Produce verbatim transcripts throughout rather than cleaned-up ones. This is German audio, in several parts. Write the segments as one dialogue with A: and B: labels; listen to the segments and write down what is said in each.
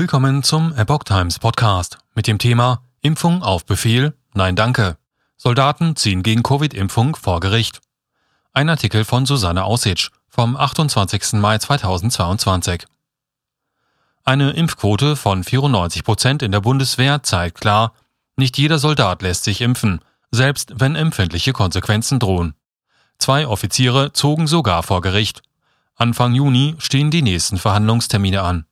A: Willkommen zum Epoch Times Podcast mit dem Thema Impfung auf Befehl? Nein, danke. Soldaten ziehen gegen Covid-Impfung vor Gericht. Ein Artikel von Susanne Aussitsch vom achtundzwanzigsten Mai zweitausendzweiundzwanzig. Eine Impfquote von vierundneunzig Prozent in der Bundeswehr zeigt klar, nicht jeder Soldat lässt sich impfen, selbst wenn empfindliche Konsequenzen drohen. Zwei Offiziere zogen sogar vor Gericht. Anfang Juni stehen die nächsten Verhandlungstermine an.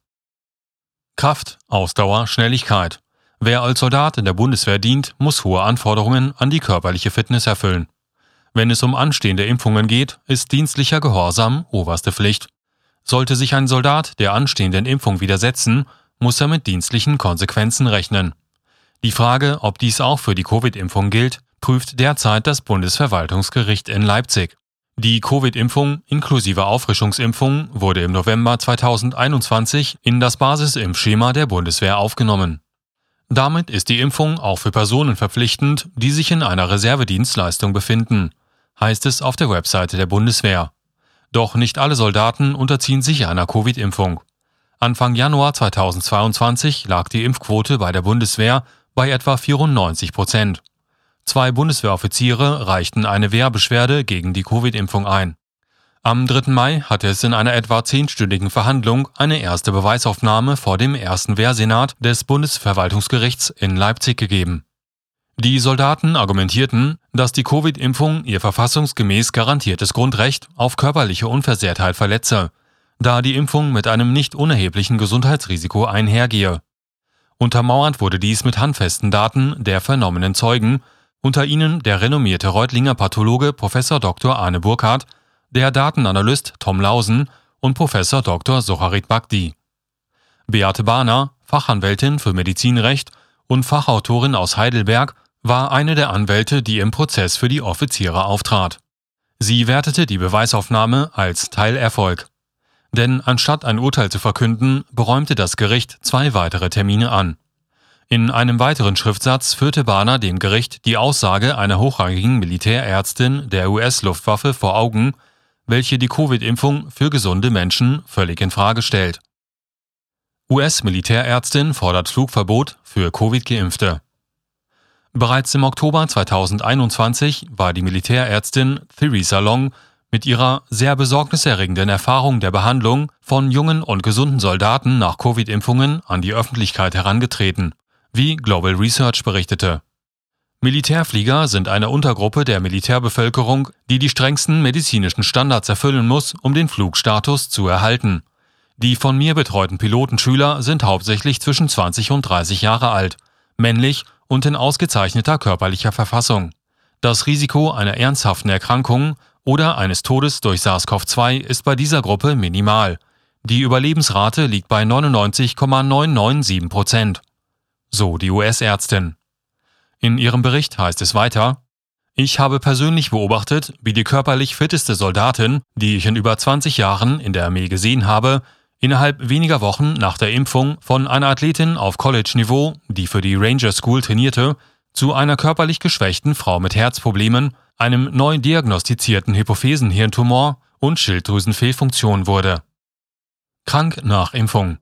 A: Kraft, Ausdauer, Schnelligkeit. Wer als Soldat in der Bundeswehr dient, muss hohe Anforderungen an die körperliche Fitness erfüllen. Wenn es um anstehende Impfungen geht, ist dienstlicher Gehorsam oberste Pflicht. Sollte sich ein Soldat der anstehenden Impfung widersetzen, muss er mit dienstlichen Konsequenzen rechnen. Die Frage, ob dies auch für die Covid-Impfung gilt, prüft derzeit das Bundesverwaltungsgericht in Leipzig. Die Covid-Impfung inklusive Auffrischungsimpfung wurde im November zweitausendeinundzwanzig in das Basisimpfschema der Bundeswehr aufgenommen. Damit ist die Impfung auch für Personen verpflichtend, die sich in einer Reservedienstleistung befinden, heißt es auf der Webseite der Bundeswehr. Doch nicht alle Soldaten unterziehen sich einer Covid-Impfung. Anfang Januar zweitausendzweiundzwanzig lag die Impfquote bei der Bundeswehr bei etwa vierundneunzig Prozent. Zwei Bundeswehroffiziere reichten eine Wehrbeschwerde gegen die Covid-Impfung ein. Am dritten Mai hatte es in einer etwa zehnstündigen Verhandlung eine erste Beweisaufnahme vor dem ersten Wehrsenat des Bundesverwaltungsgerichts in Leipzig gegeben. Die Soldaten argumentierten, dass die Covid-Impfung ihr verfassungsgemäß garantiertes Grundrecht auf körperliche Unversehrtheit verletze, da die Impfung mit einem nicht unerheblichen Gesundheitsrisiko einhergehe. Untermauert wurde dies mit handfesten Daten der vernommenen Zeugen, unter ihnen der renommierte Reutlinger Pathologe Professor Doktor Arne Burkhardt, der Datenanalyst Tom Lausen und Professor Doktor Socharit Bhakdi. Beate Bahner, Fachanwältin für Medizinrecht und Fachautorin aus Heidelberg, war eine der Anwälte, die im Prozess für die Offiziere auftrat. Sie wertete die Beweisaufnahme als Teilerfolg. Denn anstatt ein Urteil zu verkünden, beräumte das Gericht zwei weitere Termine an. In einem weiteren Schriftsatz führte Bahner dem Gericht die Aussage einer hochrangigen Militärärztin der U S-Luftwaffe vor Augen, welche die Covid-Impfung für gesunde Menschen völlig in Frage stellt. U S-Militärärztin fordert Flugverbot für Covid-Geimpfte. Bereits im Oktober zweitausendeinundzwanzig war die Militärärztin Theresa Long mit ihrer sehr besorgniserregenden Erfahrung der Behandlung von jungen und gesunden Soldaten nach Covid-Impfungen an die Öffentlichkeit herangetreten, wie Global Research berichtete. Militärflieger sind eine Untergruppe der Militärbevölkerung, die die strengsten medizinischen Standards erfüllen muss, um den Flugstatus zu erhalten. Die von mir betreuten Pilotenschüler sind hauptsächlich zwischen zwanzig und dreißig Jahre alt, männlich und in ausgezeichneter körperlicher Verfassung. Das Risiko einer ernsthaften Erkrankung oder eines Todes durch SARS-C o V zwei ist bei dieser Gruppe minimal. Die Überlebensrate liegt bei neunundneunzig Komma neunhundertsiebenundneunzig Prozent. So die U S-Ärztin. In ihrem Bericht heißt es weiter: Ich habe persönlich beobachtet, wie die körperlich fitteste Soldatin, die ich in über zwanzig Jahren in der Armee gesehen habe, innerhalb weniger Wochen nach der Impfung von einer Athletin auf College-Niveau, die für die Ranger School trainierte, zu einer körperlich geschwächten Frau mit Herzproblemen, einem neu diagnostizierten Hypophysenhirntumor und Schilddrüsenfehlfunktion wurde. Krank nach Impfung.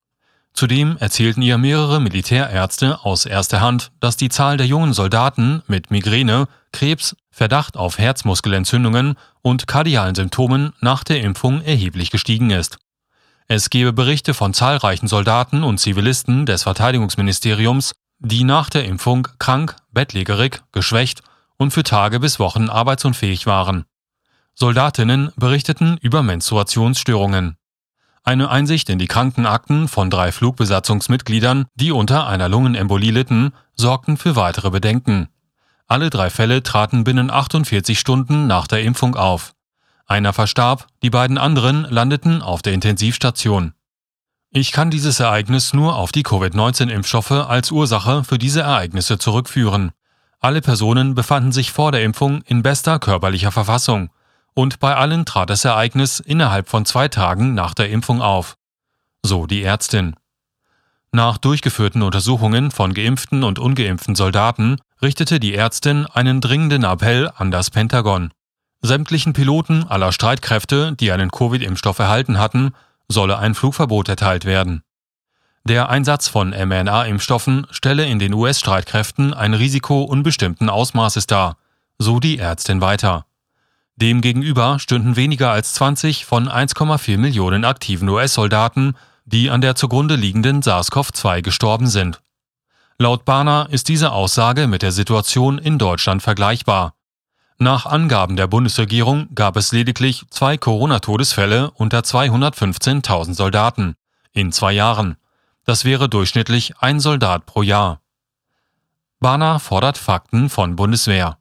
A: Zudem erzählten ihr mehrere Militärärzte aus erster Hand, dass die Zahl der jungen Soldaten mit Migräne, Krebs, Verdacht auf Herzmuskelentzündungen und kardialen Symptomen nach der Impfung erheblich gestiegen ist. Es gebe Berichte von zahlreichen Soldaten und Zivilisten des Verteidigungsministeriums, die nach der Impfung krank, bettlägerig, geschwächt und für Tage bis Wochen arbeitsunfähig waren. Soldatinnen berichteten über Menstruationsstörungen. Eine Einsicht in die Krankenakten von drei Flugbesatzungsmitgliedern, die unter einer Lungenembolie litten, sorgten für weitere Bedenken. Alle drei Fälle traten binnen achtundvierzig Stunden nach der Impfung auf. Einer verstarb, die beiden anderen landeten auf der Intensivstation. Ich kann dieses Ereignis nur auf die Covid neunzehn Impfstoffe als Ursache für diese Ereignisse zurückführen. Alle Personen befanden sich vor der Impfung in bester körperlicher Verfassung. Und bei allen trat das Ereignis innerhalb von zwei Tagen nach der Impfung auf. So die Ärztin. Nach durchgeführten Untersuchungen von geimpften und ungeimpften Soldaten richtete die Ärztin einen dringenden Appell an das Pentagon. Sämtlichen Piloten aller Streitkräfte, die einen Covid-Impfstoff erhalten hatten, solle ein Flugverbot erteilt werden. Der Einsatz von mRNA-Impfstoffen stelle in den U S-Streitkräften ein Risiko unbestimmten Ausmaßes dar, so die Ärztin weiter. Demgegenüber stünden weniger als zwanzig von eins Komma vier Millionen aktiven U S-Soldaten, die an der zugrunde liegenden SARS-C o V zwei gestorben sind. Laut Barna ist diese Aussage mit der Situation in Deutschland vergleichbar. Nach Angaben der Bundesregierung gab es lediglich zwei Corona-Todesfälle unter zweihundertfünfzehntausend Soldaten in zwei Jahren. Das wäre durchschnittlich ein Soldat pro Jahr. Barna fordert Fakten von Bundeswehr.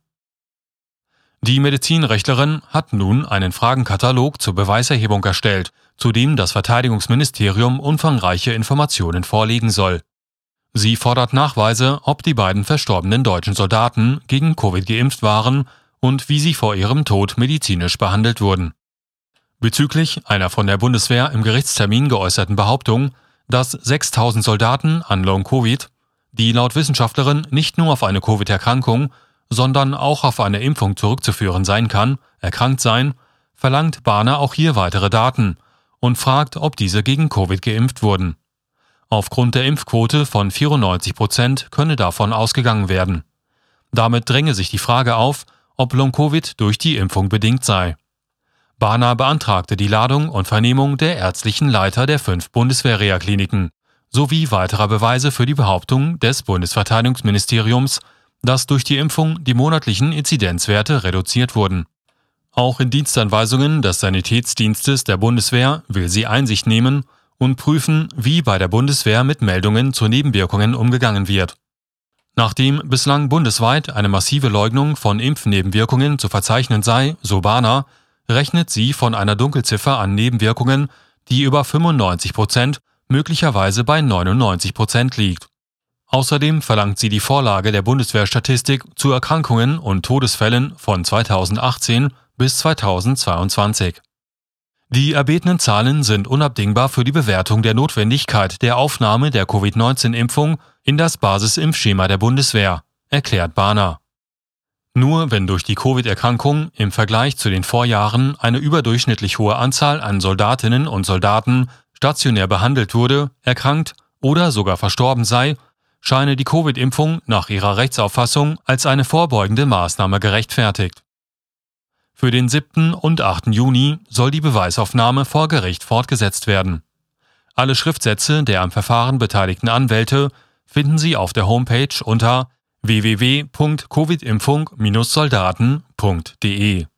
A: Die Medizinrechtlerin hat nun einen Fragenkatalog zur Beweiserhebung erstellt, zu dem das Verteidigungsministerium umfangreiche Informationen vorlegen soll. Sie fordert Nachweise, ob die beiden verstorbenen deutschen Soldaten gegen Covid geimpft waren und wie sie vor ihrem Tod medizinisch behandelt wurden. Bezüglich einer von der Bundeswehr im Gerichtstermin geäußerten Behauptung, dass sechstausend Soldaten an Long-Covid, die laut Wissenschaftlerin nicht nur auf eine Covid-Erkrankung, sondern auch auf eine Impfung zurückzuführen sein kann, erkrankt seien, verlangt Barna auch hier weitere Daten und fragt, ob diese gegen Covid geimpft wurden. Aufgrund der Impfquote von vierundneunzig Prozent könne davon ausgegangen werden. Damit dränge sich die Frage auf, ob Long-Covid durch die Impfung bedingt sei. Barna beantragte die Ladung und Vernehmung der ärztlichen Leiter der fünf Bundeswehr-Reha-Kliniken sowie weiterer Beweise für die Behauptung des Bundesverteidigungsministeriums, dass durch die Impfung die monatlichen Inzidenzwerte reduziert wurden. Auch in Dienstanweisungen des Sanitätsdienstes der Bundeswehr will sie Einsicht nehmen und prüfen, wie bei der Bundeswehr mit Meldungen zu Nebenwirkungen umgegangen wird. Nachdem bislang bundesweit eine massive Leugnung von Impfnebenwirkungen zu verzeichnen sei, so Barna, rechnet sie von einer Dunkelziffer an Nebenwirkungen, die über fünfundneunzig Prozent, möglicherweise bei neunundneunzig Prozent liegt. Außerdem verlangt sie die Vorlage der Bundeswehrstatistik zu Erkrankungen und Todesfällen von zweitausendachtzehn bis zweitausendzweiundzwanzig. Die erbetenen Zahlen sind unabdingbar für die Bewertung der Notwendigkeit der Aufnahme der Covid neunzehn Impfung in das Basisimpfschema der Bundeswehr, erklärt Barna. Nur wenn durch die Covid-Erkrankung im Vergleich zu den Vorjahren eine überdurchschnittlich hohe Anzahl an Soldatinnen und Soldaten stationär behandelt wurde, erkrankt oder sogar verstorben sei, scheine die Covid-Impfung nach ihrer Rechtsauffassung als eine vorbeugende Maßnahme gerechtfertigt. Für den siebten und achten Juni soll die Beweisaufnahme vor Gericht fortgesetzt werden. Alle Schriftsätze der am Verfahren beteiligten Anwälte finden Sie auf der Homepage unter w w w punkt covidimpfung Bindestrich soldaten punkt de.